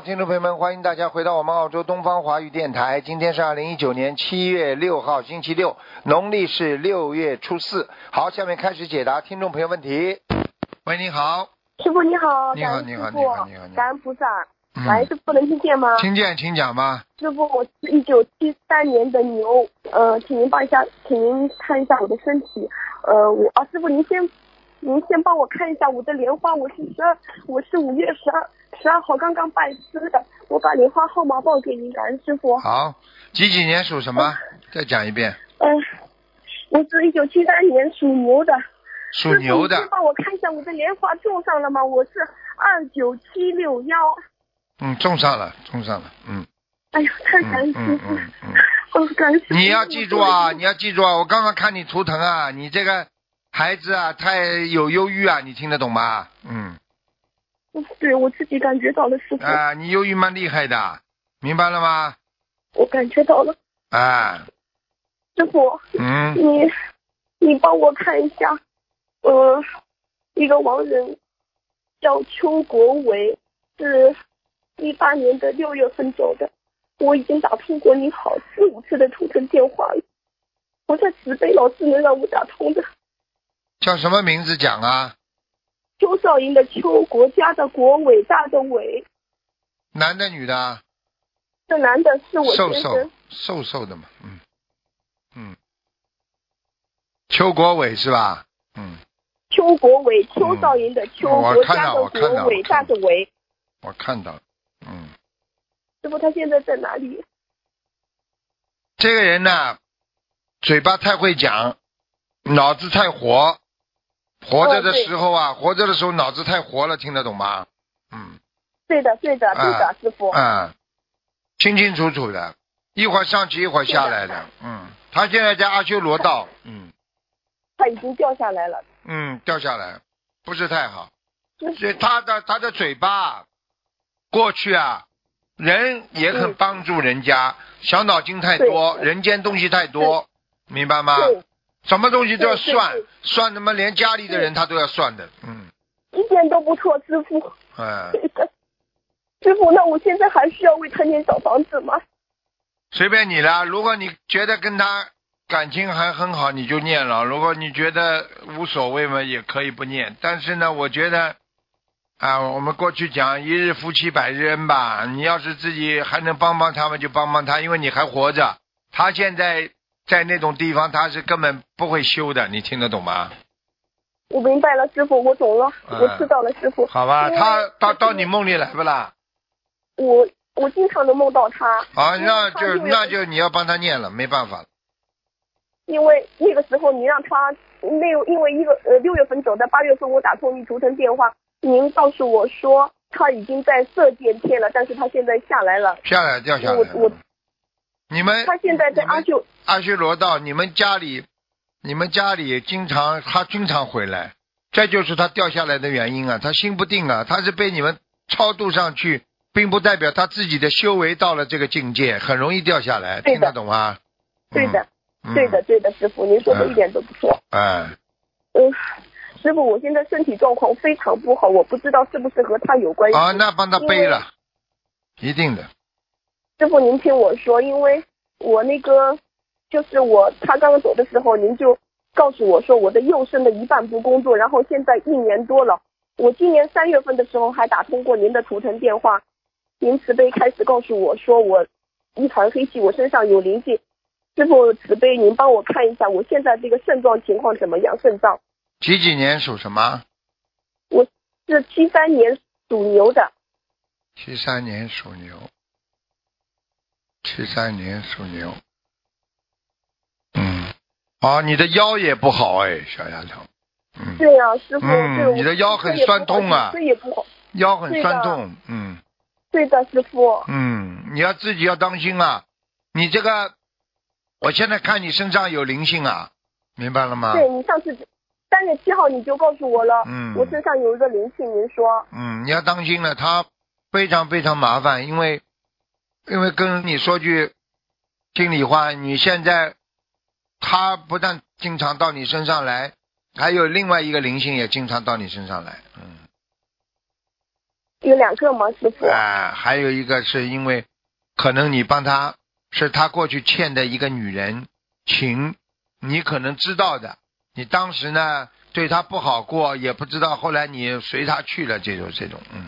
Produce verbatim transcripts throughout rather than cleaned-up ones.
听众朋友们，欢迎大家回到我们澳洲东方华语电台。今天是二零一九年七月六号，星期六，农历是六月初四。好，下面开始解答听众朋友问题。喂，你好。 师傅你好。 你好，你好，你好，你好， 感恩菩萨。 嗯、 来，师傅能听见吗？ 听见，请讲吧。 师傅，我是一九七三年的牛，呃，请您帮一下，请您看一下我的身体。呃，我啊，师傅您先，您先帮我看一下我的莲花，我是十二，我是五月十二十二号刚刚拜师的，我把莲花号码报给您，感恩师傅。 好，几几年属什么？呃、再讲一遍。 嗯、呃，我是一九七三年属牛的。 属牛的。 师傅，帮我看一下我的莲花种上了吗？我是二九七六幺。 嗯，种上了，种上了，嗯。 哎呀，太感恩师傅， 嗯嗯嗯嗯，感恩师傅。 你要记住啊，你要记住啊！我刚刚看你图腾啊，你这个孩子啊，太有忧郁啊，你听得懂吗？嗯。 对，我自己感觉到了，师傅。 啊，你忧郁蛮厉害的，明白了吗？ 我感觉到了。 啊。 师傅。 嗯。 你，你帮我看一下，呃，一个亡人叫邱国伟。是一八年的六月份走的，我已经打通过你好四五次的图腾电话了，我在慈悲老师能让我打通的。 叫什么名字讲啊？ 邱少英的邱，国家的国，伟大的伟。 男的女的？ 这男的是我先生。 瘦瘦瘦瘦的嘛，嗯嗯。邱国伟是吧？嗯。 邱国伟，邱少英的邱， 嗯、 国家的国，伟大的伟。 我看到了，嗯。 师傅，他现在在哪里？ 这个人呢，嘴巴太会讲，脑子太活，活着的时候啊，哦、活着的时候脑子太活了，听得懂吗？嗯。 对的，对的，对的，啊、师傅。 啊、嗯，清清楚楚的，一会儿上去，一会儿下来的，嗯。他现在在阿修罗道，嗯。 他已经掉下来了。 嗯，掉下来，不是太好。所以他的他的嘴巴。过去啊，人也很帮助人家，嗯、小脑筋太多，人间东西太多，明白吗？什么东西都要算，算什么连家里的人他都要算的，嗯。 一点都不错，师傅。 嗯。 师傅，那我现在还需要为他念小房子吗？ 随便你了，如果你觉得跟他感情还很好，你就念了；如果你觉得无所谓嘛，也可以不念。但是呢，我觉得。啊，我们过去讲一日夫妻百日恩吧，你要是自己还能帮帮他们就帮帮他，因为你还活着。他现在在那种地方他是根本不会修的，你听得懂吗？ 我明白了，师傅，我懂了，嗯、我知道了，师傅。 好吧，他到到你梦里来不啦？ 我我经常能梦到他。 啊，那就那就你要帮他念了，没办法。 因为那个时候你让他那因为一个呃六月份走的，八月份我打通你图腾电话。您告诉我说他已经在色界天了，但是他现在下来了， 下来掉下来了。 我我你们他现在在阿修阿修罗道，你们家里你们家里经常他经常回来，这就是他掉下来的原因啊，他心不定啊，他是被你们超度上去，并不代表他自己的修为到了这个境界，很容易掉下来，听得懂吗？ 对的， 嗯、 对的，对的，师傅，您说的一点都不错。 哎。 嗯。师傅，我现在身体状况非常不好，我不知道是不是和他有关系。 啊，那帮他背了，一定的。 师傅，您听我说，因为我那个就是我他刚刚走的时候，您就告诉我说我的右身的一半不工作，然后现在一年多了，我今年三月份的时候还打通过您的图腾电话，您慈悲开始告诉我说我一团黑气，我身上有灵性。师傅慈悲，您帮我看一下我现在这个肾脏情况怎么样？肾脏。 几几年属什么？ 我是七三年属牛的。 七三年属牛。七三年属牛。嗯。啊，你的腰也不好哎，小丫头。嗯。 对呀、啊，师傅。 嗯，你的腰很酸痛啊。 腿也不好。 腰很酸痛，嗯。 对的，师傅。 嗯，你要自己要当心啊！你这个，我现在看你身上有灵性啊，明白了吗？ 对，你上次。三月七号你就告诉我了， 嗯， 我身上有一个灵性，您说， 嗯，你要当心了，他非常非常麻烦，因为因为跟你说句心里话，你现在他不但经常到你身上来，还有另外一个灵性也经常到你身上来，嗯， 有两个吗，师傅？ 啊、还有一个是因为可能你帮他是他过去欠的一个女人情，你可能知道的，你当时呢对他不好过，也不知道，后来你随他去了，这种这种，嗯。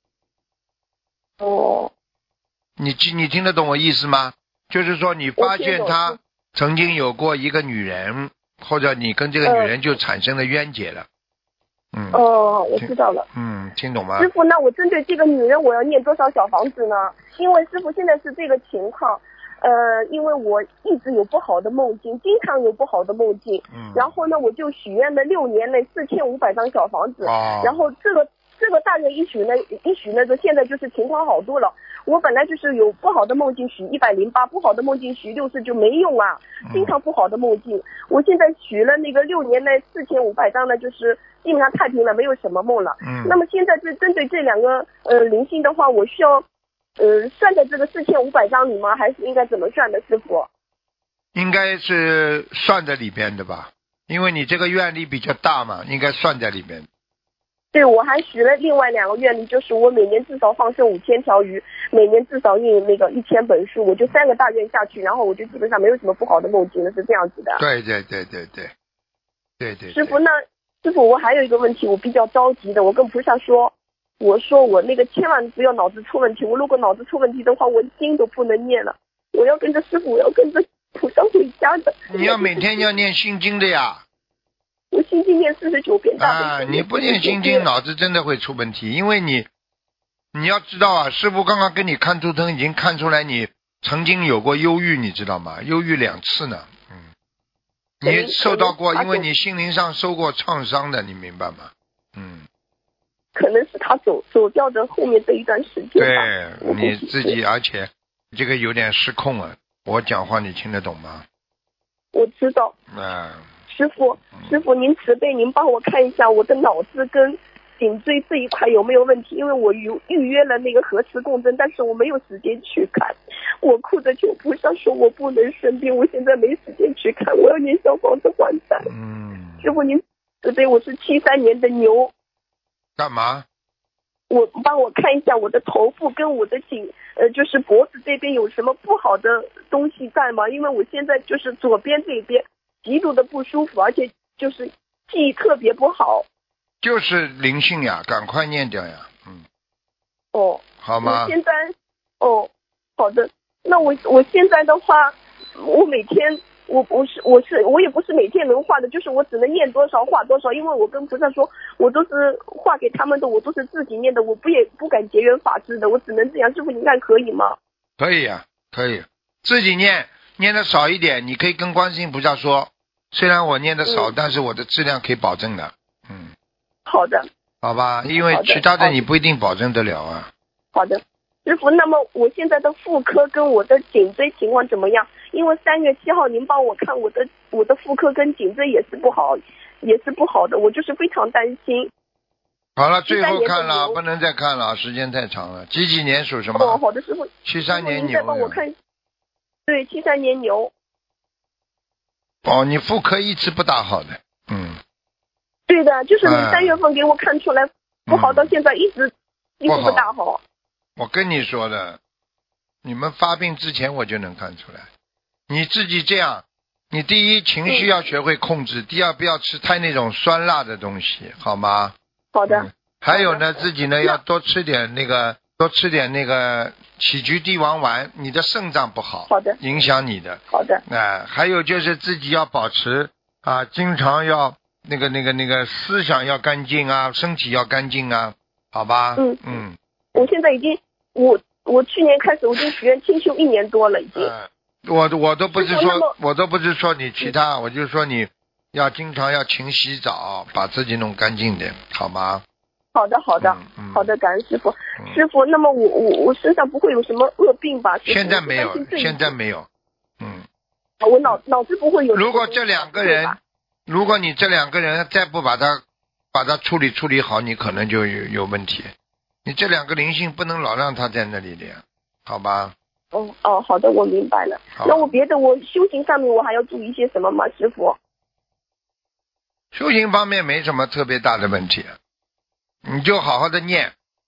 哦。 你听你听得懂我意思吗？就是说你发现他曾经有过一个女人，或者你跟这个女人就产生了冤结了。嗯。 哦，我知道了。 嗯，听懂吗？ 师傅，那我针对这个女人，我要念多少小房子呢？因为师傅现在是这个情况，呃，因为我一直有不好的梦境，经常有不好的梦境。嗯。然后呢，我就许愿了六年内四千五百张小房子。哦。然后这个这个大愿一许呢，一许呢，就现在就是情况好多了。我本来就是有不好的梦境许一百零八，不好的梦境许六十就没用啊，经常不好的梦境。我现在许了那个六年内四千五百张呢，就是基本上太平了，没有什么梦了。嗯。那么现在是针对这两个呃灵性的话，我需要呃算在这个四千五百张里吗？还是应该怎么算的，师傅？ 应该是算在里边的吧，因为你这个愿力比较大嘛，应该算在里边。 对，我还许了另外两个愿力，就是我每年至少放生五千条鱼，每年至少印那个一千本书，我就三个大愿下去，然后我就基本上没有什么不好的梦境了，是这样子的。 对对对对对，对对。 师傅，那师傅我还有一个问题，我比较着急的，我跟菩萨说，我说我那个千万不要脑子出问题，我如果脑子出问题的话，我经都不能念了，我要跟着师傅，我要跟着菩萨回家的。 你要每天要念心经的呀。 我心经念四十九遍大悲咒。 啊，你不念心经，脑子真的会出问题，因为你，你要知道啊，师父刚刚跟你看图腾，已经看出来你曾经有过忧郁，你知道吗？忧郁两次呢，嗯，你受到过，因为你心灵上受过创伤的，你明白吗？嗯， 可能是他走走掉的后面这一段时间吧。 对，你自己，而且这个有点失控了。我讲话你听得懂吗？ 我知道。 啊。 师傅，师傅，您慈悲，您帮我看一下我的脑子跟颈椎这一块有没有问题？因为我预预约了那个核磁共振，但是我没有时间去看。我哭着求菩萨说，我不能生病，我现在没时间去看，我要念小房子还债。嗯。师傅，您慈悲，我是七三年的牛。 干嘛？ 我帮我看一下我的头部跟我的颈，呃，就是脖子这边有什么不好的东西在吗？因为我现在就是左边这边极度的不舒服，而且就是记忆特别不好。 就是灵性呀，赶快念掉呀，嗯。 哦。 好吗？ 我现在，哦，好的。那我我现在的话，我每天我不是我是我也不是每天能画的，就是我只能念多少画多少，因为我跟菩萨说，我都是画给他们的，我都是自己念的，我不也不敢结缘法师的，我只能这样。师傅，你看可以吗？ 可以呀、啊，可以，自己念，念的少一点，你可以跟观世音菩萨说。虽然我念的少、嗯，但是我的质量可以保证的。嗯， 好的， 好吧，因为其他的你不一定保证得了啊。 好的，师傅，那么我现在的妇科跟我的颈椎情况怎么样？因为三月七号您帮我看我的我的妇科跟颈椎也是不好，也是不好的，我就是非常担心。 好了，最后看了，不能再看了，时间太长了。几几年属什么？ 哦，好的，师傅。 七三年牛。 您再帮我看。对，七三年牛。 哦，你妇科一直不大好的，嗯。 对的，就是你三月份给我看出来不好，到现在一直、嗯、一直不大好。 我跟你说的，你们发病之前我就能看出来。你自己这样，你第一情绪要学会控制，嗯、第二不要吃太那种酸辣的东西，好吗？ 好的。 嗯、还有呢，自己呢要多吃点那个，多吃点那个杞菊地黄丸，你的肾脏不好， 好的， 影响你的。 好的。 哎、呃，还有就是自己要保持啊，经常要那个那个那个思想要干净啊，身体要干净啊，好吧？ 嗯嗯。 我现在已经，我我去年开始我就许愿清修一年多了，已经。 呃、我我都不是说，我都不是说你其他，嗯、我就说你要经常要勤洗澡，把自己弄干净点，好吗？ 好的，好的， 嗯嗯、 好的，感恩师傅。嗯、师傅，那么我我我身上不会有什么恶病吧？ 现在没有，现在没有。嗯。 我脑脑子不会有。 如果这两个人，如果你这两个人再不把他把他处理处理好，你可能就有有问题。你这两个灵性不能老让他在那里的，好吧？ 哦哦，好的，我明白了。那我别的我修行上面我还要注意些什么吗，师傅？ 修行方面没什么特别大的问题。你就好好的念，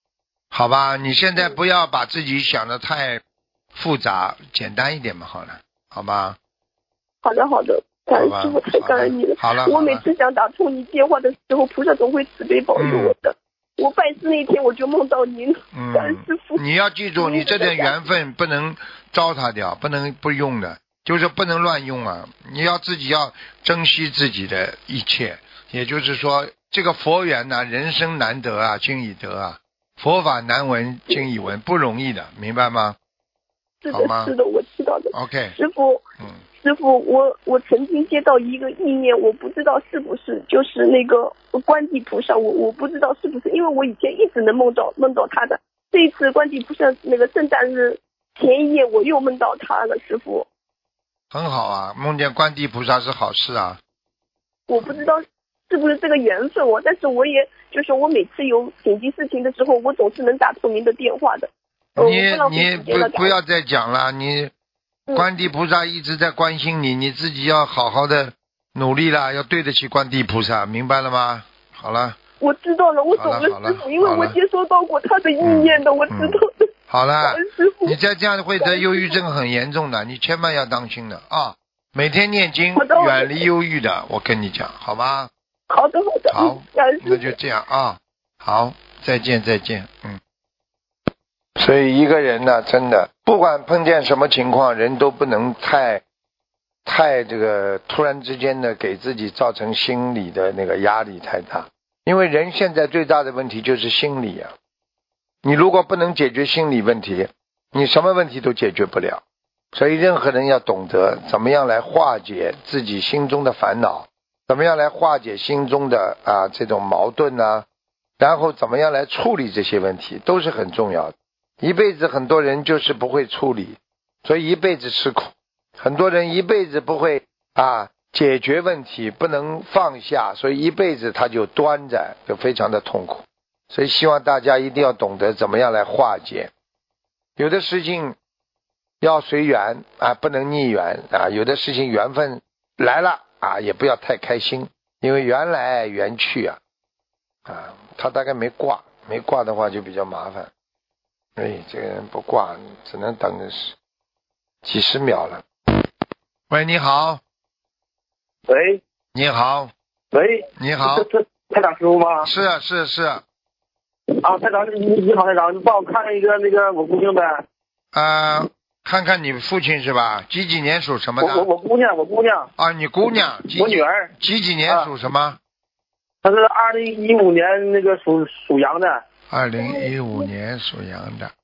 好吧，你现在不要把自己想的太复杂，简单一点嘛，好了，好吧。 好的好的，感恩师傅，太感恩你了。 好了， 我每次想打通你电话的时候，菩萨总会慈悲保佑我的。嗯、我拜师那天我就梦到您， 嗯、 感恩师傅。 你要记住，你这点缘分不能糟蹋掉，不能不用的，就是不能乱用啊！你要自己要珍惜自己的一切，也就是说，这个佛缘呢、啊，人生难得啊，今已得啊，佛法难闻今已闻，不容易的，明白吗？ 是的，是的，我知道的。 OK， 师傅，嗯。师傅，我我曾经接到一个意念，我不知道是不是就是那个观地菩萨，我我不知道是不是，因为我以前一直能梦到梦到他的。这一次观地菩萨那个圣诞日前一夜，我又梦到他了，师傅。 很好啊，梦见观地菩萨是好事啊。 我不知道是不是这个缘分哦，但是我也就是我每次有紧急事情的时候，我总是能打通您的电话的。 你你不不要再讲了，你。观地菩萨一直在关心你，你自己要好好的努力啦，要对得起观地菩萨，明白了吗？好了， 我知道了，我懂了，师傅，因为我接收到过他的意念的，嗯、我知道的。 好了，你再这样会得忧郁症很严重的，你千万要当心的啊！每天念经，远离忧郁的，我跟你讲，好吗？ 好的，好的。 好，那就这样啊。好，再见，再见，嗯。所以一个人呢，真的不管碰见什么情况，人都不能太太这个突然之间的给自己造成心理的那个压力太大，因为人现在最大的问题就是心理啊。你如果不能解决心理问题，你什么问题都解决不了。所以任何人要懂得怎么样来化解自己心中的烦恼，怎么样来化解心中的啊这种矛盾啊，然后怎么样来处理这些问题，都是很重要的。一辈子很多人就是不会处理，所以一辈子吃苦。很多人一辈子不会啊解决问题，不能放下，所以一辈子他就端着，就非常的痛苦。所以希望大家一定要懂得怎么样来化解。有的事情要随缘啊，不能逆缘啊。有的事情缘分来了啊，也不要太开心，因为缘来缘去啊啊，他大概没挂，没挂的话就比较麻烦。哎，这个人不挂，只能等着几十秒了。喂，你好。 喂， 你好。 喂， 你好。 这这台长师傅吗？ 是是是。啊， 台长，你你好，台长，你帮我看一个那个我姑娘呗。 呃，看看你父亲是吧？几几年属什么的？ 我我我姑娘，我姑娘。 啊，你姑娘。 我女儿。 几几年属什么？啊、 她是二零一五年那个属属羊的。 二零一五年属羊的。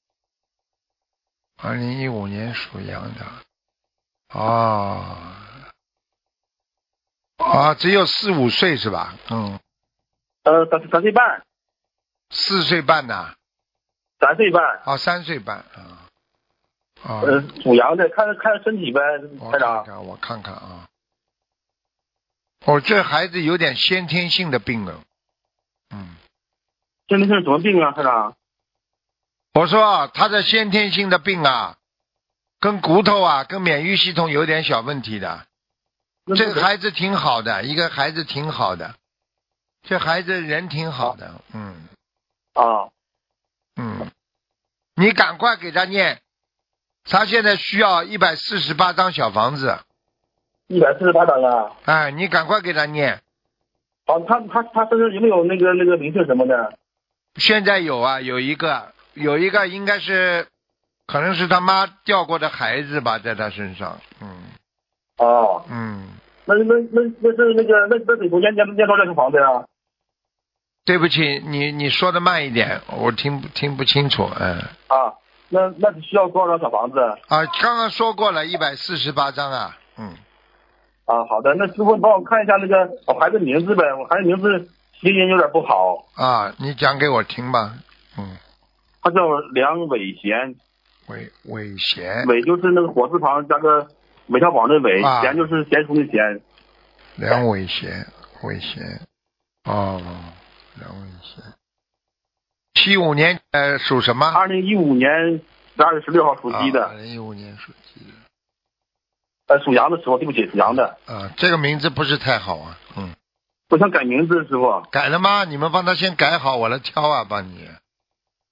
二零一五年属羊的。哦。啊，只有四五岁是吧？嗯。 呃，三三岁半。 四岁半呐。 三岁半。 啊，三岁半啊。啊。 呃，属羊的，看看身体呗，台长。 我看看，我看看啊。哦，这孩子有点先天性的病了。嗯。 先天性什么病啊，台长？ 我说他的先天性的病啊，跟骨头啊，跟免疫系统有点小问题的。这个孩子挺好的，一个孩子挺好的，这孩子人挺好的，嗯。 啊。 嗯。你赶快给他念，他现在需要一百四十八张小房子。 一百四十八张啊。 哎，你赶快给他念。 哦，他他他身上有没有那个那个灵性什么的？ 现在有啊，有一个，有一个应该是，可能是他妈掉过的孩子吧，在他身上，嗯。 哦。 嗯。 那那那那是那个那那得多念念念多少套房子呀？ 对不起，你你说的慢一点，我听不听不清楚，嗯。 啊，那那需要多少张小房子？ 啊，刚刚说过了，一百四十八张啊，嗯。 啊，好的，那师傅帮我看一下那个我孩子名字呗，我孩子名字谐音有点不好。 啊，你讲给我听吧，嗯。 他叫梁伟贤。 伟伟贤。 伟就是那个火字旁加个韦小宝的韦， 啊、 贤就是贤淑的贤。 梁伟贤，伟贤。哦，梁伟贤。七五年呃属什么？ 二零一五年十二月十六号属鸡的。 二零一五年属鸡的。 呃，属羊的时候，对不起，属羊的。 啊，这个名字不是太好啊，嗯。 我想改名字，师傅。 改了吗？你们帮他先改好，我来挑啊，帮你。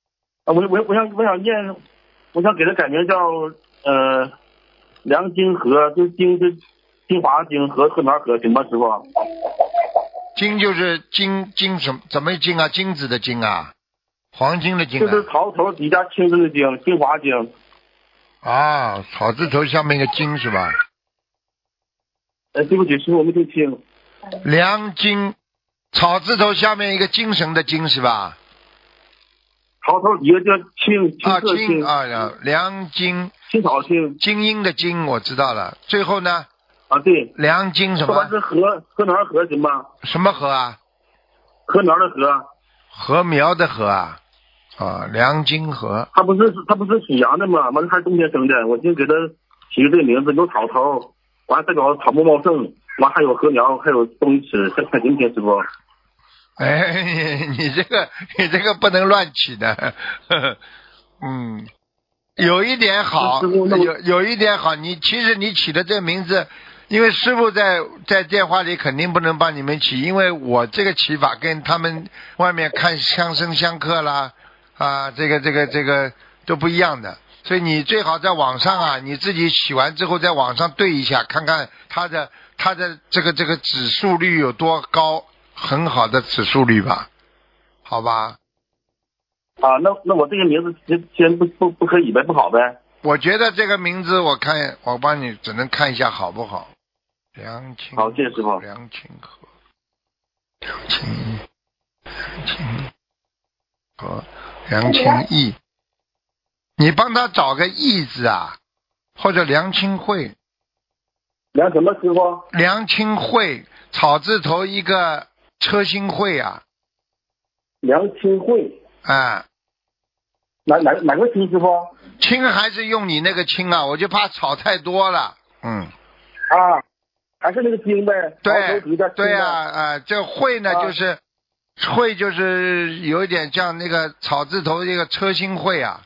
啊，我我我想我想念，我想给他改名叫呃梁金河，就金就金华金和河南河，行吧，师傅？ 金就是金金什么怎么金啊？金子的金啊，黄金的金啊。 就是草头底下青字的金，金华金。 啊，草字头下面一个金是吧？ 呃，对不起，师傅，我没听清。 梁金，草字头下面一个精神的精是吧？ 草头底下叫青，青啊色金啊呀，梁金， 青草青。 精英的精我知道了。最后呢？ 啊，对。 梁金什么？ 说完是河河南河行吗？ 什么河啊？ 河苗的河。 禾苗的禾啊。啊，梁金河。 他不是他不是属羊的吗？完了还是冬天生的，我就给他起个这个名字，有草头，完了再搞草木茂盛，完还有禾苗，还有东西吃，看看行不行，师傅？ 哎，你你这个你这个不能乱起的，呵呵嗯，有一点好，有有一点好，你其实你起的这个名字，因为师傅在在电话里肯定不能帮你们起，因为我这个起法跟他们外面看相生相克啦。啊，这个这个这个都不一样的，所以你最好在网上啊，你自己洗完之后在网上对一下，看看它的它的这个这个指数率有多高，很好的指数率吧，好吧？ 啊，那那我这个名字先先不不不可以呗，不好呗？ 我觉得这个名字我看我帮你只能看一下好不好？梁清， 好，谢谢师傅。 梁清河，梁清，梁清河。梁清义，你帮他找个义字啊，或者梁清慧。 梁什么师傅？ 梁清慧，草字头一个车心慧啊。 梁清慧。 啊。 哪哪哪个清师傅？ 清还是用你那个清啊？我就怕草太多了。嗯。 啊，还是那个清呗。 对对呀，啊，呃，这慧呢、啊、就是。会就是有一点像那个草字头一个车心会啊，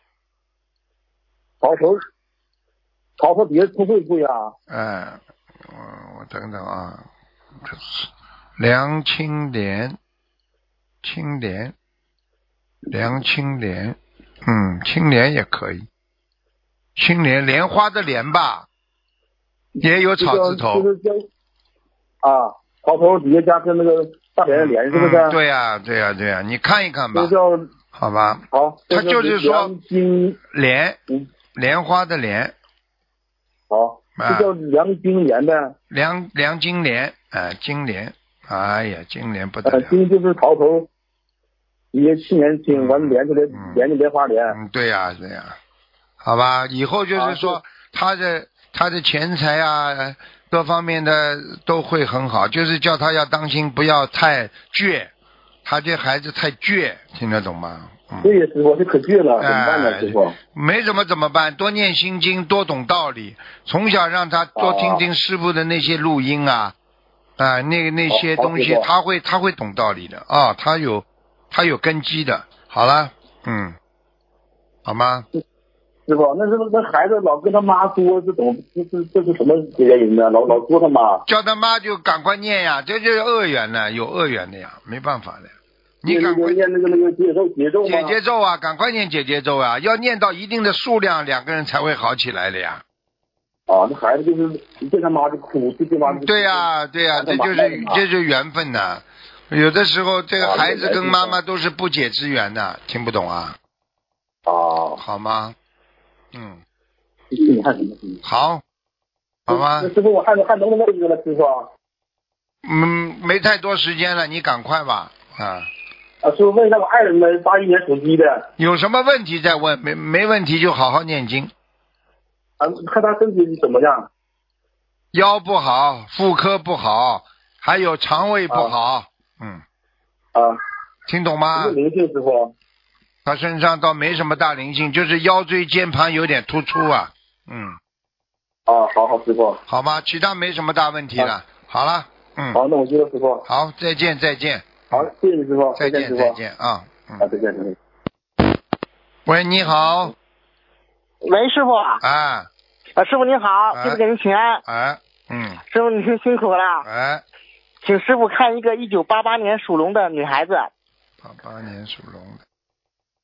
草头，草头底下出会会啊。 哎，我我等等啊，这是梁清莲，清莲，梁清莲，嗯，清莲也可以，清莲莲花的莲吧，也有草字头。 就是叫啊，草头底下加个那个。大连的连是不是、 嗯？对呀、啊，对呀、啊，对呀、啊，你看一看吧。 叫好吧。 好。 它就是说金莲，莲花的莲。 好。这叫梁金莲的。 梁梁金莲，啊、呃，金莲，哎呀，金莲不得了。 呃，金就是草头，也去年金，完莲就连莲就莲花莲。 嗯，对呀、啊，对呀、啊。好吧，以后就是说、啊、他的他的钱财啊。各方面的都会很好，就是叫他要当心，不要太倔。他这孩子太倔，听得懂吗？ 嗯、对，师傅，这可倔了，怎么办呢？师傅， 没怎么怎么办？多念心经，多懂道理，从小让他多听听师傅的那些录音啊，啊、呃，那那些东西，他会他会懂道理的啊、哦，他有他有根基的。好了，嗯，好吗？ 师傅，那是不是那孩子老跟他妈说，这怎么这是这是什么原因呢？老老说他妈， 叫他妈就赶快念呀，这就是恶缘呢，有恶缘的呀，没办法的。你赶快念那个那个解咒解咒解结咒啊，赶快念解结咒啊，要念到一定的数量，两个人才会好起来的呀。 啊，那孩子就是一见他妈就哭，一见妈就对呀、啊、对呀、啊，这就是这就是缘分呐。有的时候这个孩子跟妈妈都是不解之缘的，听不懂啊？ 啊， 好吗？嗯， 你看什么？ 好，好吗？ 师傅，我还还能不能问一个了，师傅？ 嗯，没太多时间了，你赶快吧，啊。 啊，师傅问一下我爱人呢，八一年属鸡的。 有什么问题再问，没没问题就好好念经。 啊，看他身体怎么样？ 腰不好，妇科不好，还有肠胃不好，啊、嗯。 啊， 听懂吗？ 什么灵性，师傅？ 他身上倒没什么大灵性，就是腰椎间盘有点突出啊，嗯。 啊，好好，师傅。 好吗？其他没什么大问题了。啊、好了，嗯。 好，那我知道，师傅。 好，再见，再见。 好，谢谢你，师傅。 再见， 师傅。 再见啊。嗯。 啊，再见，再见。 喂，你好。 喂，师傅。 啊。 啊，师傅您好，师傅给您请安。 哎，嗯。 师傅您辛苦了。 哎。 请师傅看一个一九八八年属龙的女孩子。 八八年属龙的。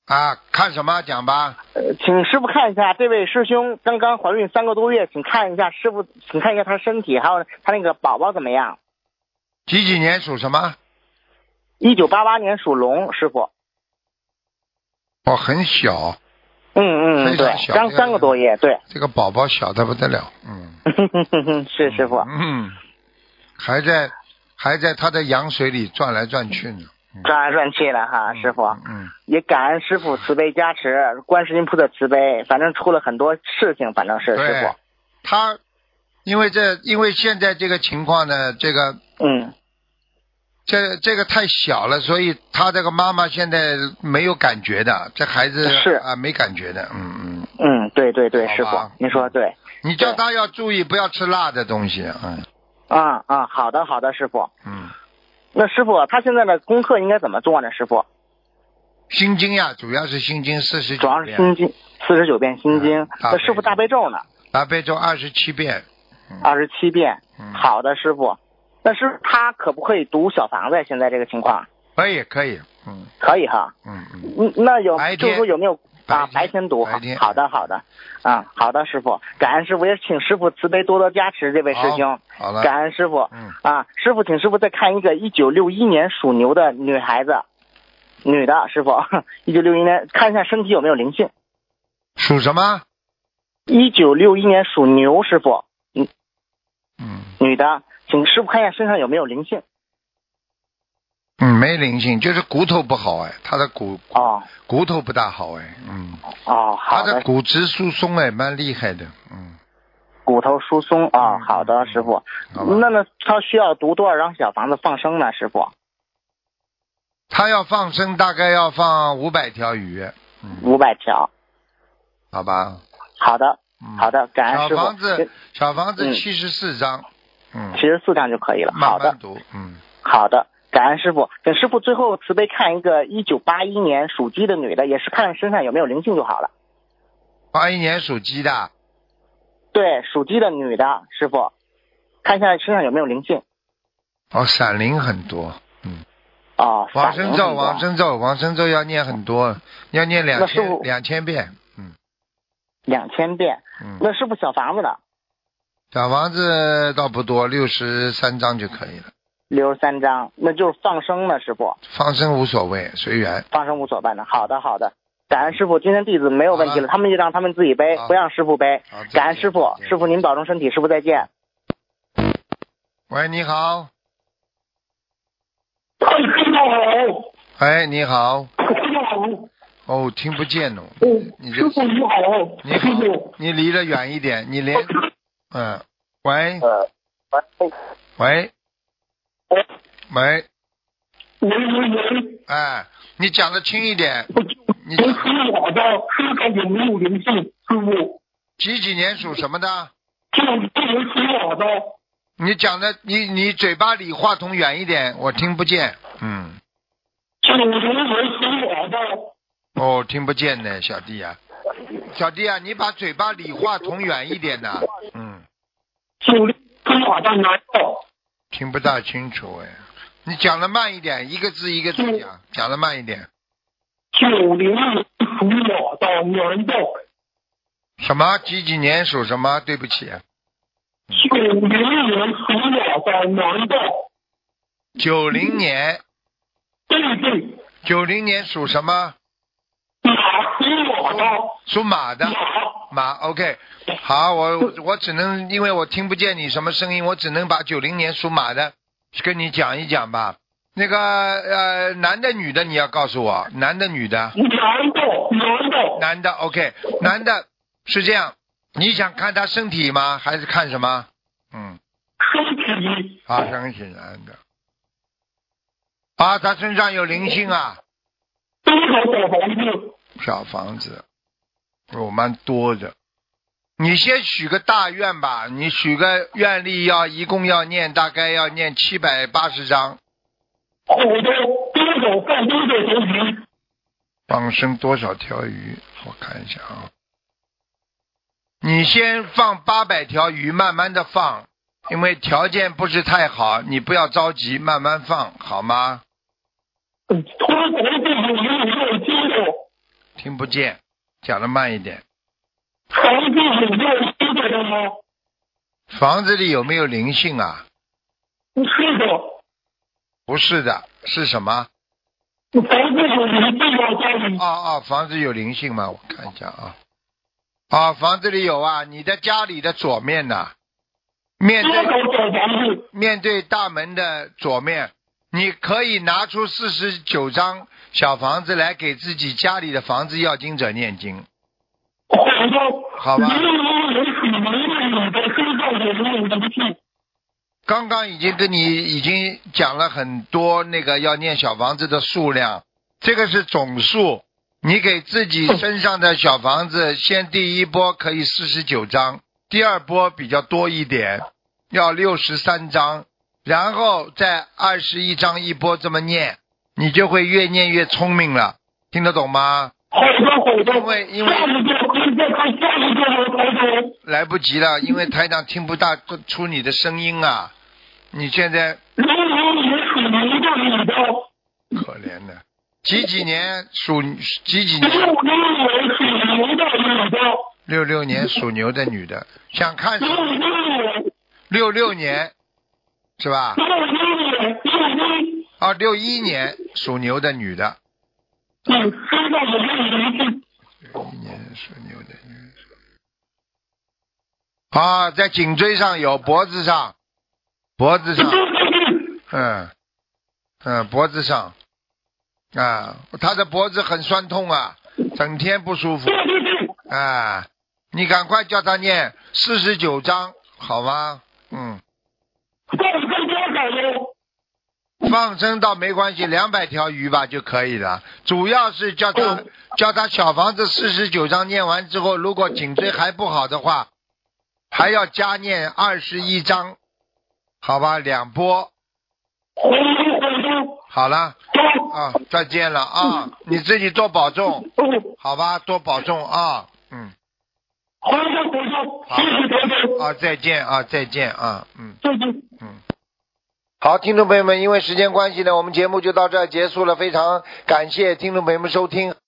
啊，看什么讲吧？ 呃，请师傅看一下这位师兄刚刚怀孕三个多月，请看一下师傅，请看一下他身体，还有他那个宝宝怎么样？ 几几年属什么？ 一九八八年属龙，师傅。 哦，很小。 嗯嗯，对，刚三个多月，对。 这个宝宝小的不得了，嗯。 是师傅。 嗯，还在还在他的羊水里转来转去呢。 转来转去了哈，师傅。 嗯。嗯也感恩师傅慈悲加持，观世音菩萨慈悲，反正出了很多事情，反正是师傅。 他因为这因为现在这个情况呢，这个嗯。 这这个太小了，所以他这个妈妈现在没有感觉的，这孩子是啊没感觉的，嗯嗯。 嗯，对对对，师傅，您说对。 你叫他要注意，不要吃辣的东西，嗯。 啊啊，好的好的，师傅。 嗯。 那师傅，他现在的功课应该怎么做呢？师傅。 心经呀，主要是心经四十九遍。 主要是心经四十九遍心经。那师傅大悲咒呢？ 大悲咒二十七遍。 二十七遍。 嗯。 好的，师傅。但是他可不可以读小房子？现在这个情况可以，可以，嗯， 可以哈， 嗯嗯，那有就是说有没有啊？白天读， 白天好的，好的，啊，好的，师傅，感恩师傅，也请师傅慈悲多多加持这位师兄， 好了， 感恩师傅， 嗯啊，师傅，请师傅再看一个一九六一年属牛的女孩子，女的，师傅，一九六一年，看一下身体有没有灵性。 属什么？ 一九六一年属牛，师傅，嗯嗯， 女的。请师傅看一下身上有没有灵性。 嗯，没灵性，就是骨头不好哎，他的骨哦， 骨头不大好哎，嗯。 哦，好的。 他的骨质疏松哎，蛮厉害的，嗯。 骨头疏松啊、哦，好的，师傅。那那他需要读多少张小房子放生呢，师傅？ 他要放生，大概要放五百条鱼。 五百条。 好吧。 好的， 嗯、 好的，感恩师傅。 小房子，小房子七十四张。嗯， 七十四张就可以了。好的， 嗯， 好的，感恩师傅。等师傅最后慈悲看一个一九八一年属鸡的女的，也是看身上有没有灵性就好了。 八一年属鸡的。 对，属鸡的女的，师傅，看一下身上有没有灵性。 哦，闪灵很多，嗯。 哦， 往生咒，往生咒，往生咒要念很多，要念两千两千遍，嗯。 两千遍。 嗯。 那师傅小房子的。 小房子倒不多，六十三张就可以了。 六十三张，那就是放生了，师傅。 放生无所谓，随缘。 放生无所谓的，好的好的。感恩师傅，今天弟子没有问题了，他们就让他们自己背，不让师傅背。感恩师傅，师傅您保重身体，师傅再见。 喂，你好。 哎，师傅好。 哎，你好。 师傅好。 哦，听不见哦。 嗯， 你师傅你好。 你好。你离得远一点，你连。嗯，喂。 呃， 喂。喂。喂。 喂喂喂。 哎，你讲的轻一点。你我属我的，身上有没有灵性？师傅。 几几年属什么的？ 九零年属我的。 你讲的，你你嘴巴离话筒远一点，我听不见。嗯。 九零年属我的。 哦，听不见呢，小弟啊。小弟啊，你把嘴巴离话筒远一点呐。嗯。 九零属我的难道？ 听不大清楚哎，你讲的慢一点，一个字一个字讲，讲的慢一点。 九零年属我的难道？ 什么？几几年属什么？对不起。 九零年属我的难道？ 九零年。 对对。 九零年属什么？ 马，属我的。 属马的。马 ，OK， 好，我我只能因为我听不见你什么声音，我只能把九零年属马的跟你讲一讲吧。那个呃，男的女的你要告诉我，男的女的？ 男的，男的。 男的 ，OK， 男的是这样，你想看他身体吗？还是看什么？嗯。 身体。 啊，身体男的。啊，他身上有灵性啊。 多少小房子？ 小房子。我、哦、蛮多的，你先许个大愿吧，你许个愿力要一共要念，大概要念七百八十章。 好的，多少放多少条鱼？ 放生多少条鱼？我看一下啊。你先放八百条鱼，慢慢的放，因为条件不是太好，你不要着急，慢慢放，好吗？ 嗯，托房子有没有要经的？ 听不见，讲得慢一点。 房子有没有修改的吗？ 房子里有没有灵性啊？ 是的。 不是的，是什么？ 房子有灵性吗？家里？ 啊啊，房子有灵性吗？我看一下啊。啊，房子里有啊，你的家里的左面呢？面对面对大门的左面，你可以拿出四十九张小房子来给自己家里的房子要经者念经。好吧。刚刚已经跟你已经讲了很多那个要念小房子的数量，这个是总数。你给自己身上的小房子，先第一波可以四十九张，第二波比较多一点，要六十三张，然后再二十一张一波这么念，你就会越念越聪明了，听得懂吗？ 好的好的。 因为因为来不及了，因为台长听不大出你的声音啊，你现在可怜的。几几年属几几年？六六年属牛的女的，想看什么？六六年是吧？啊，六一年属牛的女的。六一年属牛的女的。啊，在颈椎上有，脖子上，脖子上，嗯嗯，脖子上。啊，他的脖子很酸痛啊，整天不舒服啊！你赶快叫他念四十九章，好吗？嗯。放生倒没关系，两百条鱼吧就可以了。主要是叫他叫他小房子四十九章念完之后，如果颈椎还不好的话，还要加念二十一章，好吧？两波。好了。啊，再见了啊！你自己多保重，好吧？多保重啊！嗯。 好的，好的，谢谢台长。 啊，再见啊，再见啊，嗯。 再见。 嗯。好，听众朋友们，因为时间关系呢，我们节目就到这儿结束了。非常感谢听众朋友们收听。